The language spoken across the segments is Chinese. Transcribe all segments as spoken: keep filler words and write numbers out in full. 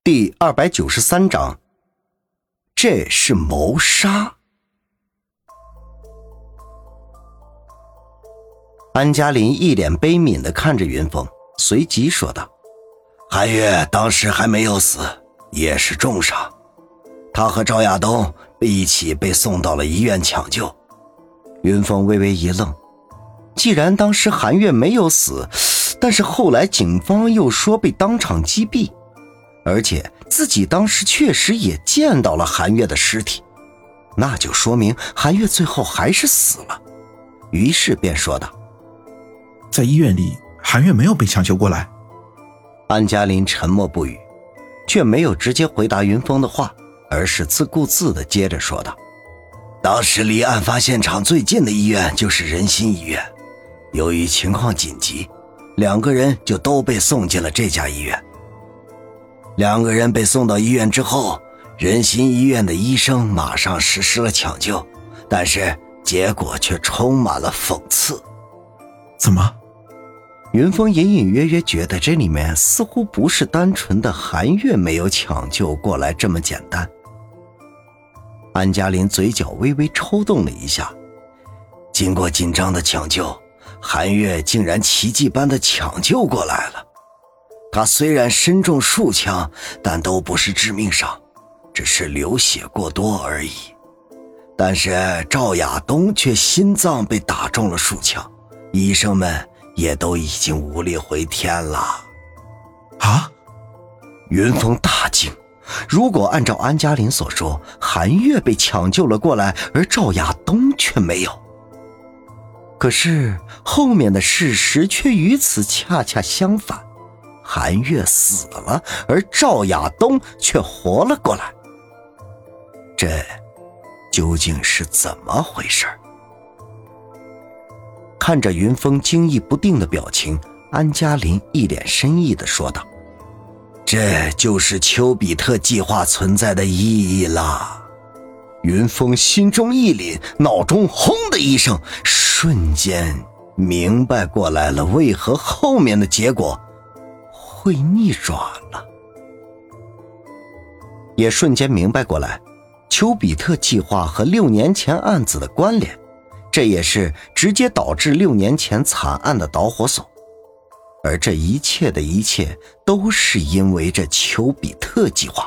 第二百九十三章，这是谋杀。安嘉林一脸悲悯地看着云峰，随即说道： 韩月当时还没有死，也是重伤，他和赵亚东一起被送到了医院抢救。 云峰微微一愣，既然当时韩月没有死，但是后来警方又说被当场击毙，而且自己当时确实也见到了韩月的尸体，那就说明韩月最后还是死了。于是便说道： 在医院里，韩月没有被抢救过来。 安嘉林沉默不语，却没有直接回答云峰的话，而是自顾自地接着说道： 当时离案发现场最近的医院就是仁心医院，由于情况紧急，两个人就都被送进了这家医院。两个人被送到医院之后，仁心医院的医生马上实施了抢救，但是结果却充满了讽刺。 怎么？ 云峰隐隐约约觉得这里面似乎不是单纯的韩月没有抢救过来这么简单。安嘉林嘴角微微抽动了一下， 经过紧张的抢救，韩月竟然奇迹般的抢救过来了。他虽然身中数枪，但都不是致命伤，只是流血过多而已。但是赵亚东却心脏被打中了数枪，医生们也都已经无力回天了。 啊！ 云峰大惊，如果按照安嘉林所说，韩月被抢救了过来，而赵亚东却没有。可是后面的事实却与此恰恰相反，韩月死了，而赵亚东却活了过来。这究竟是怎么回事？看着云峰惊异不定的表情，安嘉林一脸深意地说道： 这就是丘比特计划存在的意义了。 云峰心中一凛，脑中轰的一声，瞬间明白过来了，为何后面的结果会逆转了。也瞬间明白过来，丘比特计划和六年前案子的关联，这也是直接导致六年前惨案的导火索。而这一切的一切都是因为这丘比特计划。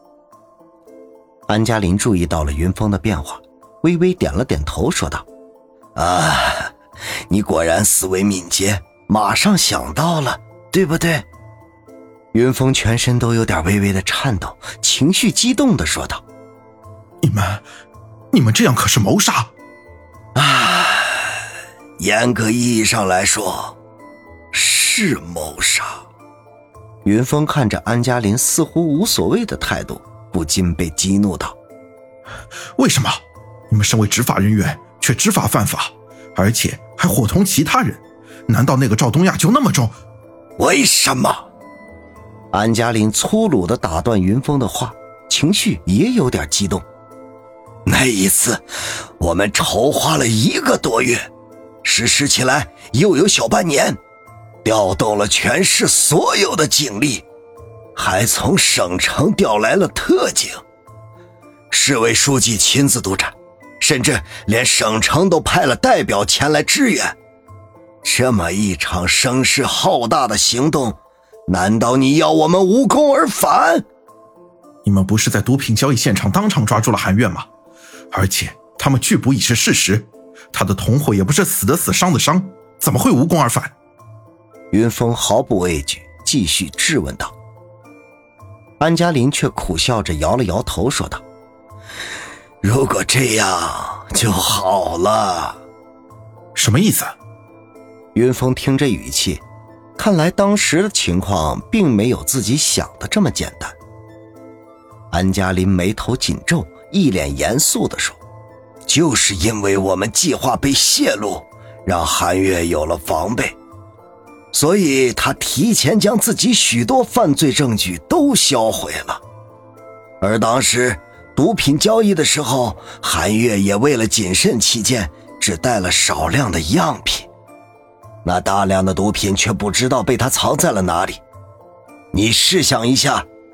安嘉林注意到了云峰的变化，微微点了点头说道： 啊，你果然思维敏捷，马上想到了，对不对？ 云峰全身都有点微微的颤抖，情绪激动地说道： 你们你们这样可是谋杀。 啊，严格意义上来说是谋杀。 云峰看着安嘉林似乎无所谓的态度，不禁被激怒道： 为什么你们身为执法人员却知法犯法，而且还伙同其他人？难道那个赵东亚就那么重？ 为什么？ 安嘉林粗鲁地打断云峰的话，情绪也有点激动。 那一次我们筹划了一个多月，实施起来又有小半年，调动了全市所有的警力，还从省城调来了特警，市委书记亲自督战，甚至连省城都派了代表前来支援。这么一场声势浩大的行动，难道你要我们无功而返？ 你们不是在毒品交易现场当场抓住了韩月吗？而且他们拒捕已是事实，他的同伙也不是死的死伤的伤，怎么会无功而返？ 云峰毫不畏惧，继续质问道。安嘉林却苦笑着摇了摇头说道： 如果这样就好了。 什么意思？ 云峰听这语气，看来当时的情况并没有自己想的这么简单。安嘉林眉头紧皱，一脸严肃地说： 就是因为我们计划被泄露，让韩月有了防备，所以他提前将自己许多犯罪证据都销毁了。而当时毒品交易的时候，韩月也为了谨慎起见，只带了少量的样品，那大量的毒品却不知道被他藏在了哪里。你试想一下，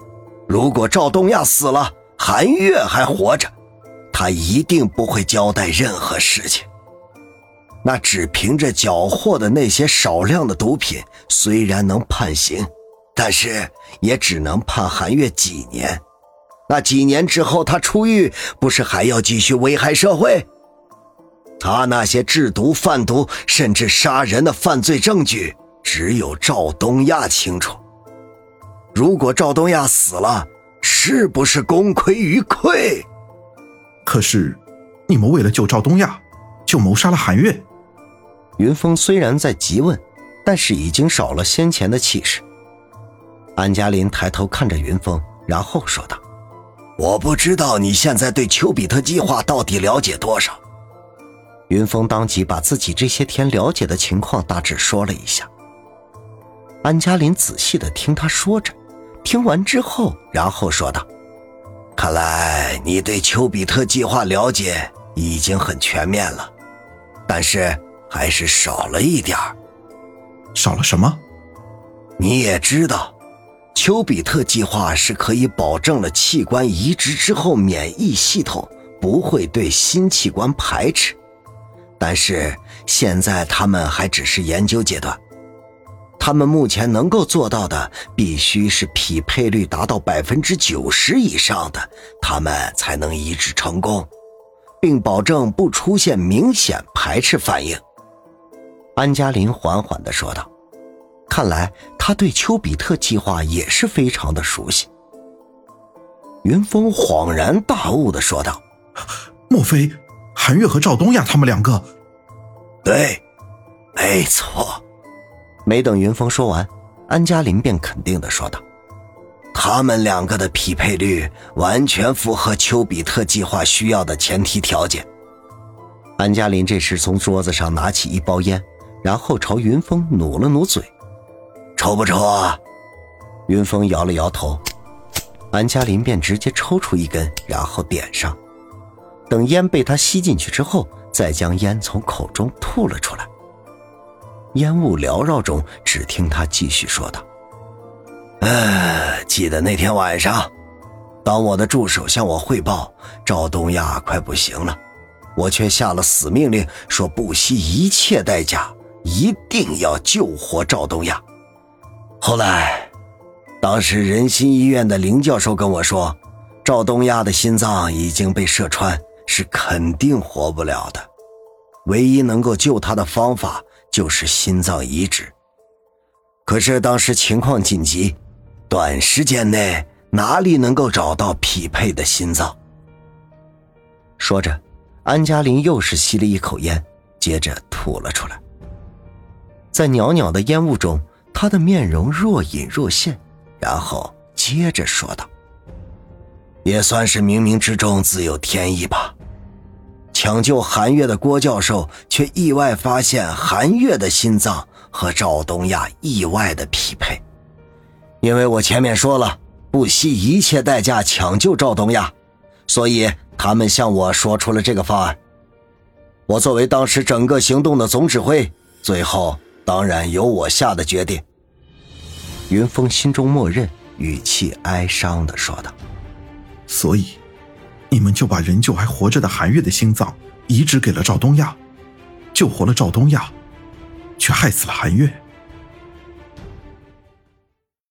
如果赵东亚死了，韩月还活着，他一定不会交代任何事情。那只凭着缴获的那些少量的毒品，虽然能判刑，但是也只能判韩月几年。那几年之后他出狱，不是还要继续危害社会？他那些制毒、贩毒甚至杀人的犯罪证据，只有赵东亚清楚。如果赵东亚死了，是不是功亏一篑？ 可是你们为了救赵东亚，就谋杀了韩月。 云峰虽然在急问，但是已经少了先前的气势。安嘉林抬头看着云峰，然后说道： 我不知道你现在对丘比特计划到底了解多少。 云峰当即把自己这些天了解的情况大致说了一下。安嘉林仔细地听他说着，听完之后，然后说道： 看来你对丘比特计划了解已经很全面了，但是还是少了一点。 少了什么？ 你也知道，丘比特计划是可以保证了器官移植之后免疫系统不会对新器官排斥，但是现在他们还只是研究阶段。他们目前能够做到的必须是匹配率达到 百分之九十 以上的，他们才能移植成功，并保证不出现明显排斥反应。 安嘉林缓缓地说道，看来他对丘比特计划也是非常的熟悉。 云峰恍然大悟地说道： 莫非韩月和赵东亚他们两个？ 对，没错。 没等云峰说完，安嘉林便肯定地说道： 他们两个的匹配率完全符合丘比特计划需要的前提条件。 安嘉林这时从桌子上拿起一包烟，然后朝云峰努了努嘴。 抽不抽啊？ 云峰摇了摇头。安嘉林便直接抽出一根，然后点上。等烟被他吸进去之后，再将烟从口中吐了出来。烟雾缭绕中，只听他继续说道： 呃，记得那天晚上，当我的助手向我汇报赵东亚快不行了，我却下了死命令，说不惜一切代价一定要救活赵东亚。后来当时仁心医院的林教授跟我说，赵东亚的心脏已经被射穿，是肯定活不了的，唯一能够救他的方法就是心脏移植。可是当时情况紧急，短时间内哪里能够找到匹配的心脏？ 说着，安嘉林又是吸了一口烟，接着吐了出来。在袅袅的烟雾中，他的面容若隐若现，然后接着说道： 也算是冥冥之中自有天意吧。抢救韩月的郭教授却意外发现韩月的心脏和赵东亚意外的匹配。因为我前面说了，不惜一切代价抢救赵东亚，所以他们向我说出了这个方案。我作为当时整个行动的总指挥，最后当然由我下的决定。 云峰心中默认，语气哀伤地说道： 所以你们就把仍旧还活着的韩月的心脏移植给了赵东亚，救活了赵东亚，却害死了韩月。